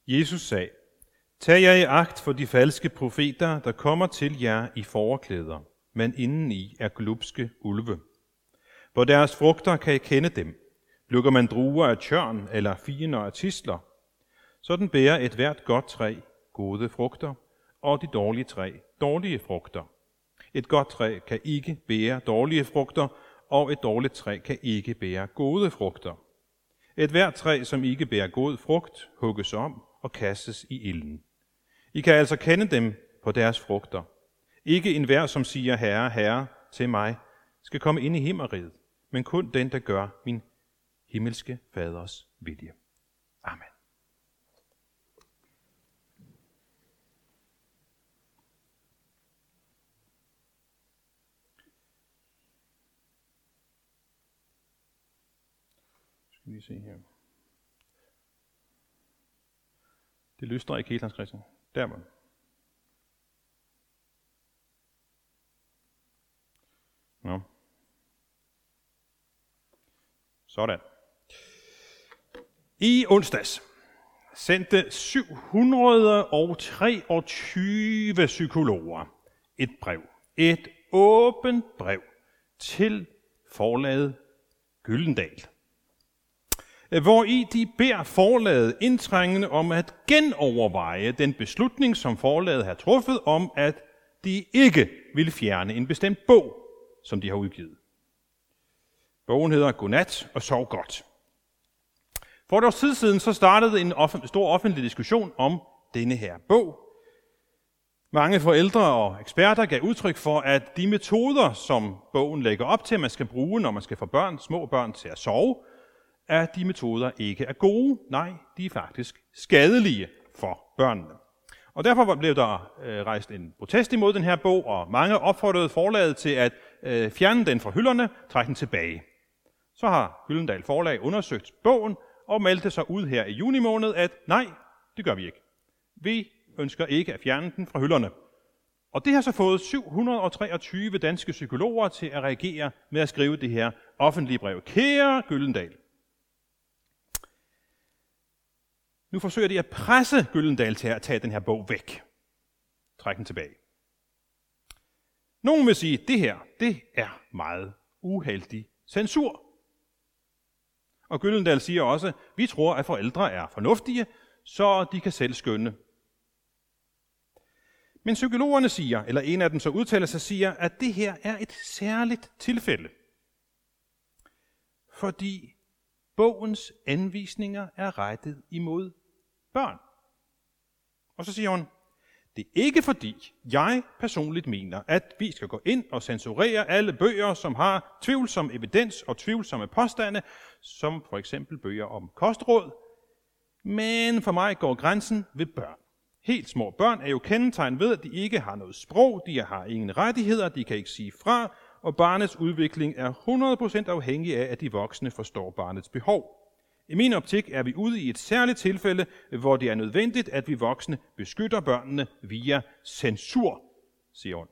Jesus sagde, tag jer i agt for de falske profeter, der kommer til jer i fåreklæder, men indeni er glubske ulve. Hvor deres frugter kan I kende dem. Plukker man druer af tjørn eller fiender af tisler, sådan bærer et hvert godt træ gode frugter, og de dårlige træ dårlige frugter. Et godt træ kan ikke bære dårlige frugter, og et dårligt træ kan ikke bære gode frugter. Et hvert træ, som ikke bærer god frugt, hugges om og kastes i ilden. I kan altså kende dem på deres frugter. Ikke enhver, som siger, Herre, Herre, til mig, skal komme ind i himmeriget, men kun den, der gør min himmelske faders vilje. Amen. Skal vi se her. Det lystrer ikke helt, Hans Christian. Der var. Nå. Sådan. I onsdags sendte 723 psykologer et brev, et åbent brev til forlaget Gyldendal, hvor i de beder forlaget indtrængende om at genoverveje den beslutning, som forlaget har truffet om, at de ikke vil fjerne en bestemt bog, som de har udgivet. Bogen hedder Godnat og sov godt. For et års tid siden så startede en stor offentlig diskussion om denne her bog. Mange forældre og eksperter gav udtryk for, at de metoder, som bogen lægger op til, at man skal bruge, når man skal få små børn til at sove, at de metoder ikke er gode. Nej, de er faktisk skadelige for børnene. Og derfor blev der rejst en protest imod den her bog, og mange opfordrede forlaget til at fjerne den fra hylderne, trække den tilbage. Så har Gyldendal Forlag undersøgt bogen og meldte sig ud her i juni måned, at nej, det gør vi ikke. Vi ønsker ikke at fjerne den fra hylderne. Og det har så fået 723 danske psykologer til at reagere med at skrive det her offentlige brev. Kære Gyldendal. Nu forsøger de at presse Gyldendal til at tage den her bog væk. Træk den tilbage. Nogen vil sige, at det her, det er meget uheldig censur. Og Gyldendal siger også, vi tror, at forældre er fornuftige, så de kan selv skønne. Men psykologerne siger, eller en af dem så udtaler sig, siger, at det her er et særligt tilfælde. Fordi bogens anvisninger er rettet imod børn. Og så siger hun, det er ikke fordi jeg personligt mener, at vi skal gå ind og censurere alle bøger, som har tvivlsom evidens og tvivlsomme påstande, som for eksempel bøger om kostråd. Men for mig går grænsen ved børn. Helt små børn er jo kendetegn ved, at de ikke har noget sprog, de har ingen rettigheder, de kan ikke sige fra, og barnets udvikling er 100% afhængig af, at de voksne forstår barnets behov. I min optik er vi ude i et særligt tilfælde, hvor det er nødvendigt, at vi voksne beskytter børnene via censur, siger hun.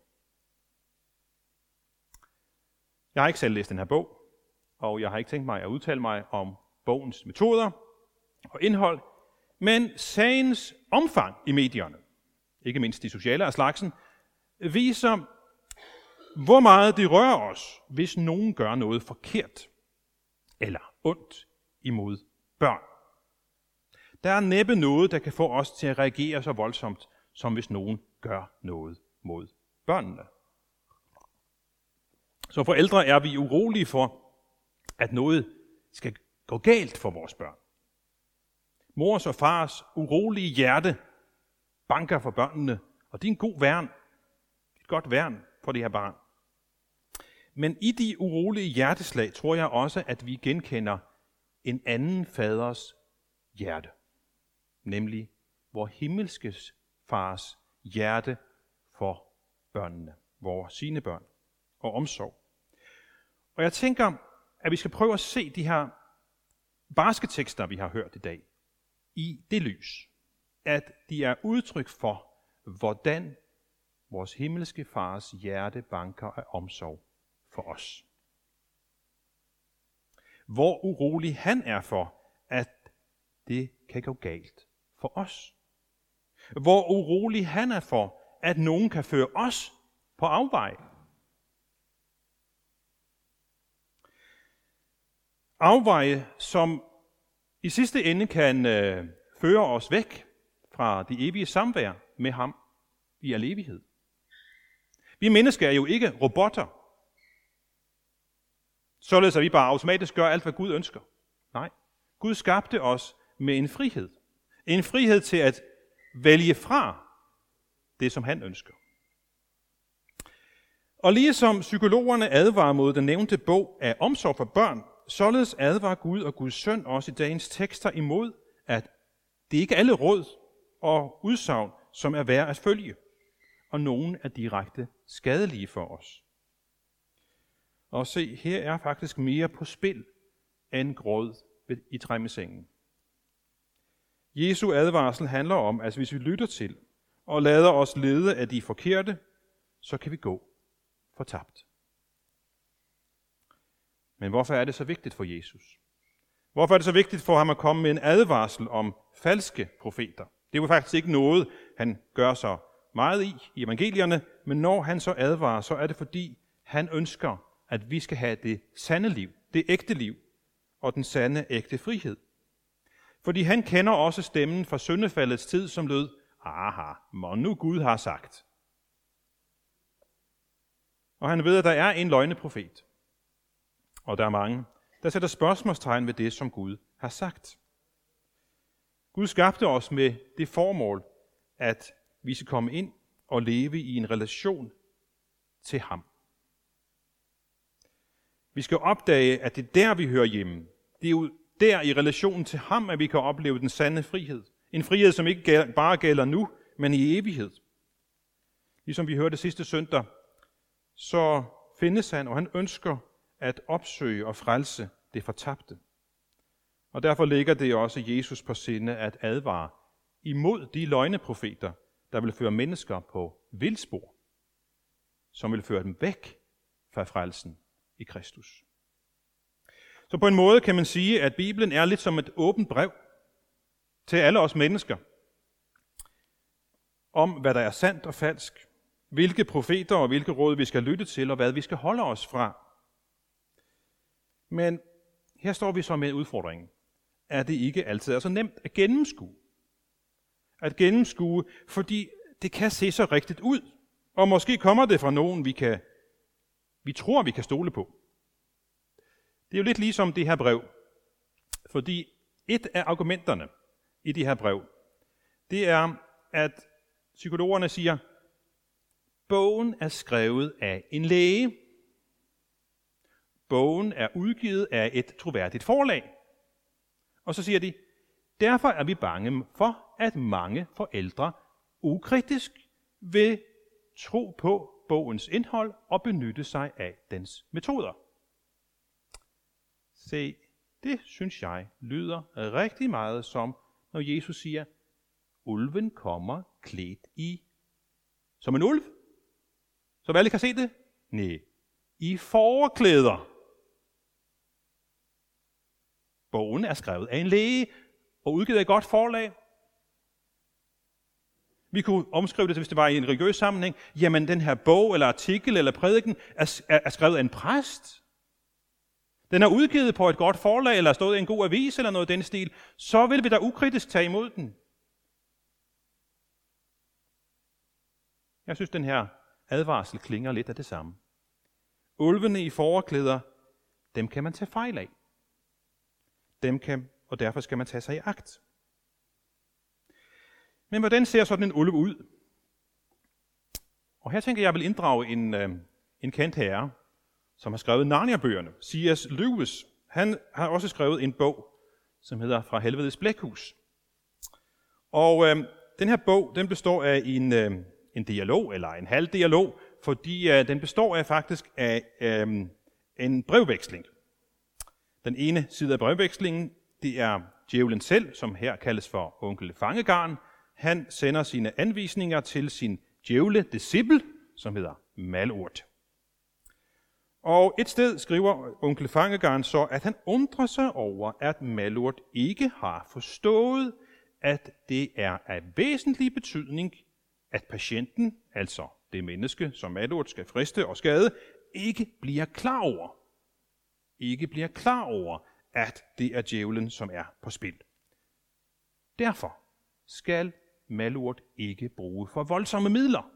Jeg har ikke selv læst den her bog, og jeg har ikke tænkt mig at udtale mig om bogens metoder og indhold, men sagens omfang i medierne, ikke mindst de sociale af slagsen, viser, hvor meget det rører os, hvis nogen gør noget forkert eller ondt imod børn. Der er næppe noget, der kan få os til at reagere så voldsomt, som hvis nogen gør noget mod børnene. Som forældre er vi urolige for, at noget skal gå galt for vores børn. Mors og fars urolige hjerte banker for børnene, og det er en god værn, et godt værn for det her barn. Men i de urolige hjerteslag tror jeg også, at vi genkender en anden faders hjerte, nemlig vor himmelske fars hjerte for børnene, sine børn og omsorg. Og jeg tænker, at vi skal prøve at se de her barske tekster, vi har hørt i dag, i det lys, at de er udtryk for, hvordan vores himmelske fars hjerte banker af omsorg for os. Hvor urolig han er for, at det kan gå galt for os. Hvor urolig han er for, at nogen kan føre os på afveje. Afveje, som i sidste ende kan føre os væk fra det evige samvær med ham i al evighed. Vi mennesker er jo ikke robotter, således at vi bare automatisk gør alt, hvad Gud ønsker. Nej, Gud skabte os med en frihed. En frihed til at vælge fra det, som han ønsker. Og ligesom psykologerne advarer mod den nævnte bog af omsorg for børn, således advarer Gud og Guds søn også i dagens tekster imod, at det ikke er alle råd og udsagn, som er værd at følge, og nogle er direkte skadelige for os. Og se, her er faktisk mere på spil end gråd i træmmesengen. Jesu advarsel handler om, at hvis vi lytter til og lader os lede af de forkerte, så kan vi gå fortabt. Men hvorfor er det så vigtigt for Jesus? Hvorfor er det så vigtigt for ham at komme med en advarsel om falske profeter? Det er jo faktisk ikke noget, han gør så meget i evangelierne, men når han så advarer, så er det fordi, han ønsker, at vi skal have det sande liv, det ægte liv og den sande ægte frihed. Fordi han kender også stemmen fra syndefaldets tid, som lød, aha, mon nu Gud har sagt. Og han ved, at der er en løgneprofet. Og der er mange, der sætter spørgsmålstegn ved det, som Gud har sagt. Gud skabte os med det formål, at vi skal komme ind og leve i en relation til ham. Vi skal opdage, at det er der, vi hører hjemme. Det er jo der i relationen til ham, at vi kan opleve den sande frihed. En frihed, som ikke bare gælder nu, men i evighed. Ligesom vi hørte sidste søndag, så findes han, og han ønsker at opsøge og frelse det fortabte. Og derfor ligger det også Jesus på sinde at advare imod de løgneprofeter, der vil føre mennesker på vildspor, som vil føre dem væk fra frelsen i Kristus. Så på en måde kan man sige, at Bibelen er lidt som et åbent brev til alle os mennesker, om hvad der er sandt og falsk, hvilke profeter og hvilke råd vi skal lytte til, og hvad vi skal holde os fra. Men her står vi så med en udfordring, at det ikke altid er så nemt at gennemskue. At gennemskue, fordi det kan se så rigtigt ud, og måske kommer det fra nogen, vi tror, vi kan stole på. Det er jo lidt ligesom det her brev, fordi et af argumenterne i det her brev, det er, at psykologerne siger, bogen er skrevet af en læge. Bogen er udgivet af et troværdigt forlag. Og så siger de, derfor er vi bange for, at mange forældre ukritisk vil tro på bogens indhold og benytte sig af dens metoder. Se, det synes jeg lyder rigtig meget som, når Jesus siger, ulven kommer klædt som en ulv. Så alle kan se det? Nej, i forklæder. Bogen er skrevet af en læge og udgivet af et godt forlag. Vi kunne omskrive det, hvis det var i en religiøs sammenhæng. Jamen, den her bog eller artikel eller prædiken er skrevet af en præst. Den er udgivet på et godt forlag, eller stået i en god avis, eller noget i den stil. Så vil vi da ukritisk tage imod den. Jeg synes, den her advarsel klinger lidt af det samme. Ulvene i forklæder, dem kan man tage fejl af. Og derfor skal man tage sig i agt. Men hvordan ser sådan en ulv ud? Og her tænker jeg vil inddrage en kendt herre, som har skrevet Narnia-bøgerne. C.S. Lewis, han har også skrevet en bog, som hedder Fra helvedes blækhus. Og den her bog, den består af en dialog, eller en halv dialog, fordi den består faktisk af en brevveksling. Den ene side af brevvekslingen, det er djævlen selv, som her kaldes for onkel Fangegarn. Han sender sine anvisninger til sin djævle-disciple, som hedder Malurt. Og et sted skriver onkel Fangegarn så, at han undrer sig over, at Malurt ikke har forstået, at det er af væsentlig betydning, at patienten, altså det menneske, som malurt skal friste og skade, ikke bliver klar over, at det er djævlen, som er på spil. Derfor skal malurt ikke bruge for voldsomme midler.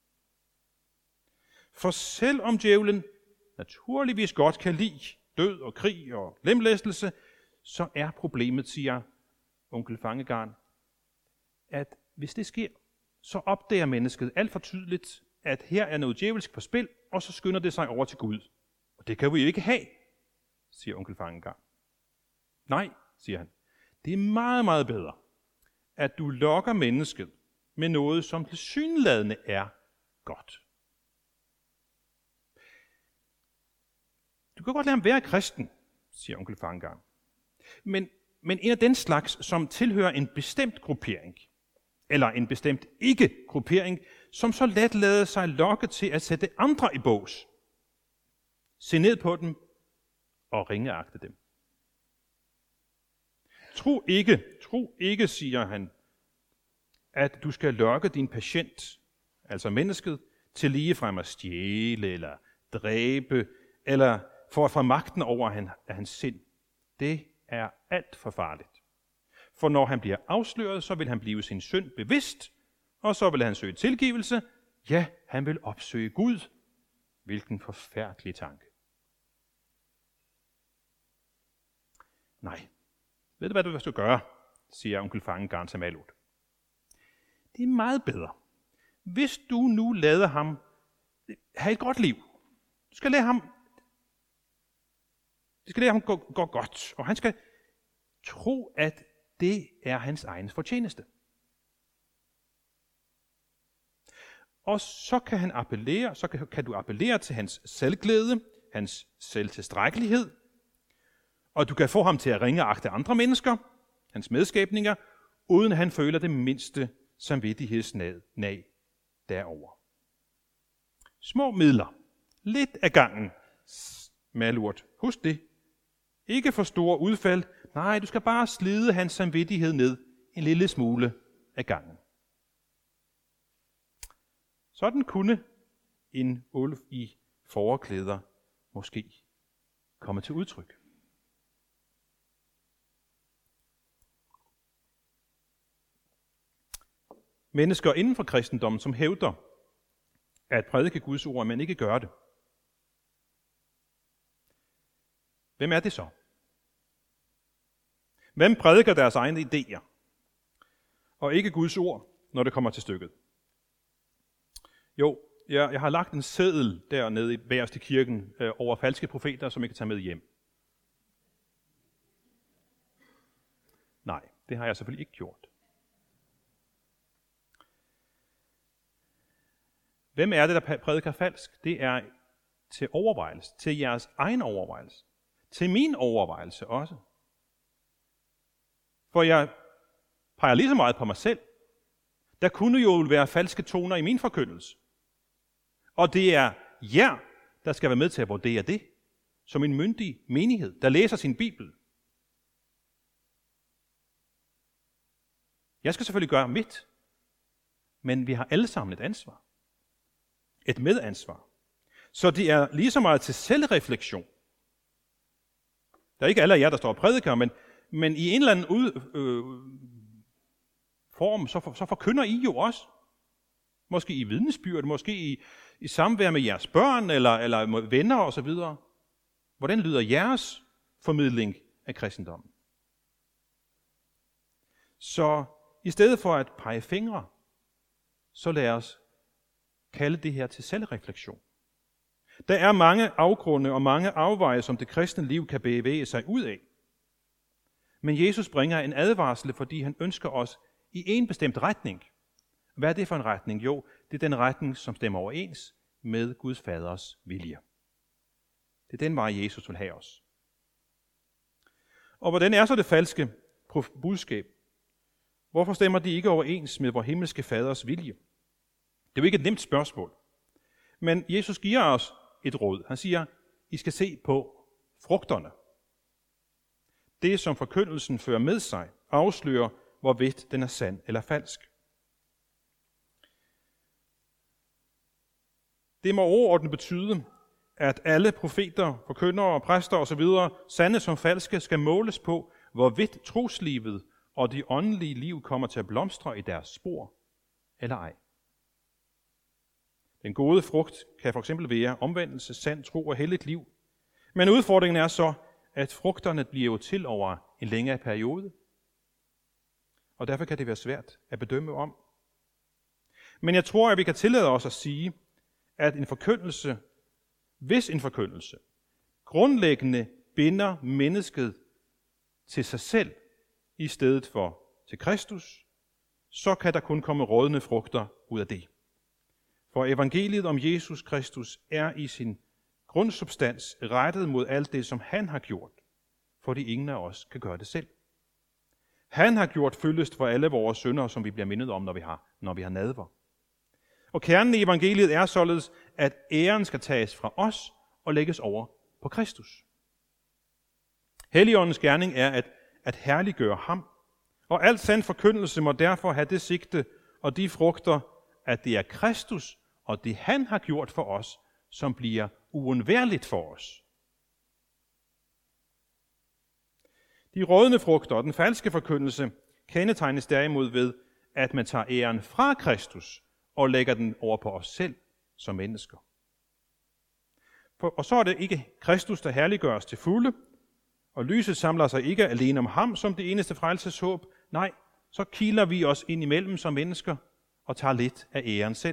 For selvom djævlen naturligvis godt kan lide død og krig og lemlæstelse, så er problemet, siger onkel Fangegarn, at hvis det sker, så opdager mennesket alt for tydeligt, at her er noget djævelsk på spil, og så skynder det sig over til Gud. Og det kan vi jo ikke have, siger onkel Fangegarn. Nej, siger han. Det er meget, meget bedre, at du lokker mennesket med noget, som tilsyneladende er godt. Du kan godt lade ham være kristen, siger onkel Fangegarn. Men en af den slags, som tilhører en bestemt gruppering, eller en bestemt ikke-gruppering, som så let lader sig lokke til at sætte andre i bås. Se ned på dem og ringeagte dem. Tro ikke, siger han, at du skal lokke din patient, altså mennesket, til ligefrem at stjæle eller dræbe, eller for at få magten over hans sind. Det er alt for farligt. For når han bliver afsløret, så vil han blive sin synd bevidst, og så vil han søge tilgivelse. Ja, han vil opsøge Gud. Hvilken forfærdelig tanke. Nej, ved du hvad du skal gøre, siger onkel Fangegarn til malurt. Det er meget bedre, hvis du nu lader ham have et godt liv. Du skal lade ham gå godt, og han skal tro, at det er hans egen fortjeneste. Og så kan han appellere, kan du appellere til hans selvglæde, hans selvtilstrækkelighed, og du kan få ham til at ringeagte andre mennesker, hans medskabninger, uden at han føler det mindste samvittighedsnag derover. Små midler, lidt af gangen, malurt. Husk det. Ikke for store udfald. Nej, du skal bare slide hans samvittighed ned en lille smule af gangen. Sådan kunne en ulv i fåreklæder måske komme til udtryk. Mennesker inden for kristendommen, som hævder at prædike Guds ord, men ikke gør det. Hvem er det så? Hvem prædiker deres egne idéer, og ikke Guds ord, når det kommer til stykket? Jo, jeg har lagt en seddel dernede bagerst i kirken over falske profeter, som I kan tage med hjem. Nej, det har jeg selvfølgelig ikke gjort. Hvem er det, der prædiker falsk? Det er til overvejelse, til jeres egen overvejelse. Til min overvejelse også. For jeg peger lige så meget på mig selv. Der kunne jo være falske toner i min forkyndelse. Og det er jer, der skal være med til at vurdere det, som en myndig menighed, der læser sin bibel. Jeg skal selvfølgelig gøre mit, men vi har alle sammen et ansvar. Et medansvar. Så det er lige så meget til selvreflektion. Der er ikke alle af jer, der står og prædiker, men i en eller anden form, så forkynder I jo også. Måske i vidnesbyrd, måske i samvær med jeres børn, eller venner osv. Hvordan lyder jeres formidling af kristendommen? Så i stedet for at pege fingre, så lad os kalde det her til selvreflektion. Der er mange afgrunde og mange afveje, som det kristne liv kan bevæge sig ud af. Men Jesus bringer en advarsel, fordi han ønsker os i en bestemt retning. Hvad er det for en retning? Jo, det er den retning, som stemmer overens med Guds faders vilje. Det er den vej, Jesus vil have os. Og hvordan er så det falske budskab? Hvorfor stemmer de ikke overens med vor himmelske faders vilje? Det er jo ikke et nemt spørgsmål. Men Jesus giver os et råd. Han siger, I skal se på frugterne. Det, som forkyndelsen fører med sig, afslører, hvorvidt den er sand eller falsk. Det må overordnet betyde, at alle profeter, forkyndere, præster osv., sande som falske, skal måles på, hvorvidt troslivet og de åndelige liv kommer til at blomstre i deres spor, eller ej. Den gode frugt kan for eksempel være omvendelse, sand tro og helligt liv. Men udfordringen er så, at frugterne bliver jo til over en længere periode. Og derfor kan det være svært at bedømme om. Men jeg tror, at vi kan tillade os at sige, at hvis en forkyndelse grundlæggende binder mennesket til sig selv i stedet for til Kristus, så kan der kun komme rådne frugter ud af det. For evangeliet om Jesus Kristus er i sin grundsubstans rettet mod alt det, som han har gjort, fordi ingen af os kan gøre det selv. Han har gjort fyldest for alle vores synder, som vi bliver mindet om, når vi har nadver. Og kernen i evangeliet er således, at æren skal tages fra os og lægges over på Kristus. Helligåndens gerning er at herliggøre ham, og al sand forkyndelse må derfor have det sigte og de frugter, at det er Kristus og det han har gjort for os, som bliver uundværligt for os. De rådne frugter og den falske forkyndelse kendetegnes derimod ved, at man tager æren fra Kristus og lægger den over på os selv som mennesker. Og så er det ikke Kristus, der herliggøres til fulde, og lyset samler sig ikke alene om ham som det eneste frelseshåb. Nej, så kiler vi os ind imellem som mennesker og tager lidt af æren selv.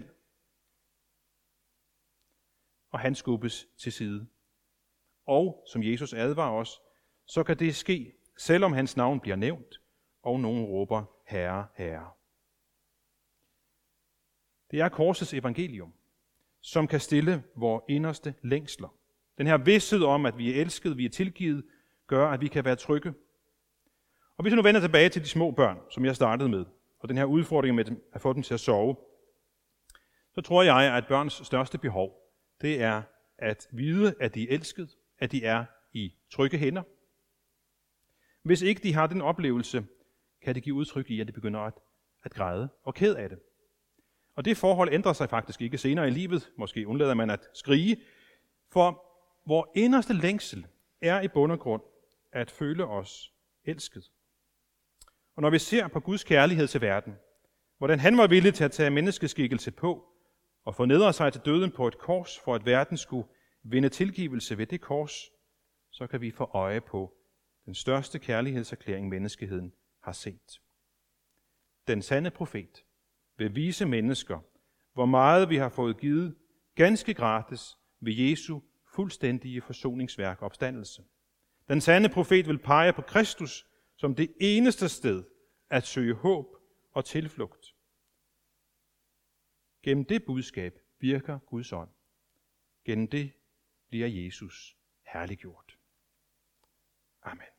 Og han skubbes til side. Og som Jesus advarer os, så kan det ske, selvom hans navn bliver nævnt, og nogen råber, Herre, Herre. Det er korsets evangelium, som kan stille vores inderste længsler. Den her vidsthed om, at vi er elsket, vi er tilgivet, gør, at vi kan være trygge. Og hvis vi nu vender tilbage til de små børn, som jeg startede med, og den her udfordring med at få dem til at sove, så tror jeg, at børns største behov, det er at vide, at de er elsket, at de er i trygge hænder. Hvis ikke de har den oplevelse, kan det give udtryk i, at de begynder at græde og ked af det. Og det forhold ændrer sig faktisk ikke senere i livet. Måske undlader man at skrige. For vor inderste længsel er i bund og grund at føle os elsket. Og når vi ser på Guds kærlighed til verden, hvordan han var villig til at tage menneskeskikkelse på og fornedre sig til døden på et kors, for at verden skulle vinde tilgivelse ved det kors, så kan vi få øje på den største kærlighedserklæring, menneskeheden har set. Den sande profet vil vise mennesker, hvor meget vi har fået givet ganske gratis ved Jesu fuldstændige forsoningsværk og opstandelse. Den sande profet vil pege på Kristus som det eneste sted at søge håb og tilflugt. Gennem det budskab virker Guds ånd. Gennem det bliver Jesus herliggjort. Amen.